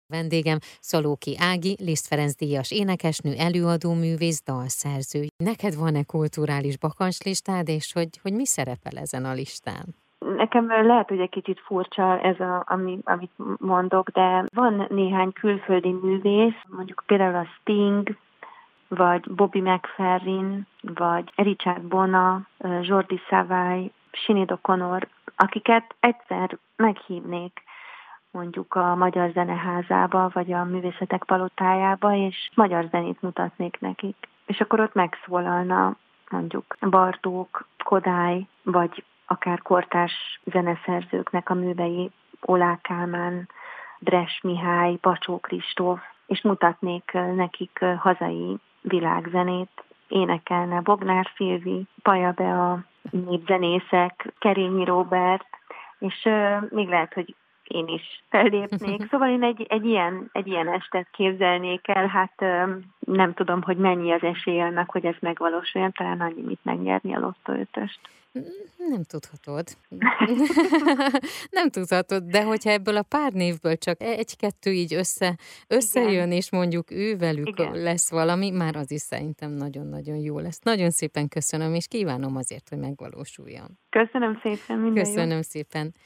Vendégem Szalóki Ági, Liszt Ferenc díjas énekesnő, előadó művész, dalszerző. Neked van-e kulturális bakancslistád, és hogy mi szerepel ezen a listán? Nekem lehet, hogy egy kicsit furcsa ez, amit mondok, de van néhány külföldi művész, mondjuk például a Sting, vagy Bobby McFerrin, vagy Richard Bona, Jordi Savall, Sinéad O'Connor, akiket egyszer meghívnék mondjuk a Magyar Zeneházába, vagy a Művészetek Palotájába, és magyar zenét mutatnék nekik. És akkor ott megszólalna mondjuk Bartók, Kodály, vagy akár kortárs zeneszerzőknek a művei, Oláh Kálmán, Bress Mihály, Bacsó Kristóf, és mutatnék nekik hazai világzenét, énekelne Bognár Szilvi, Paja Bea, népzenészek, Kerényi Róbert, és még lehet, hogy én is fellépnék. Szóval én egy ilyen estet képzelnék el, hát nem tudom, hogy mennyi az esélye annak, hogy ez megvalósuljon, talán annyi, mint megnyerni a Lottó 5-öst. Nem tudhatod. Nem tudhatod, de hogyha ebből a pár névből csak egy-kettő így összejön, és mondjuk ővelük lesz valami, már az is szerintem nagyon-nagyon jó lesz. Nagyon szépen köszönöm, és kívánom azért, hogy megvalósuljon. Köszönöm szépen, minden Köszönöm szépen.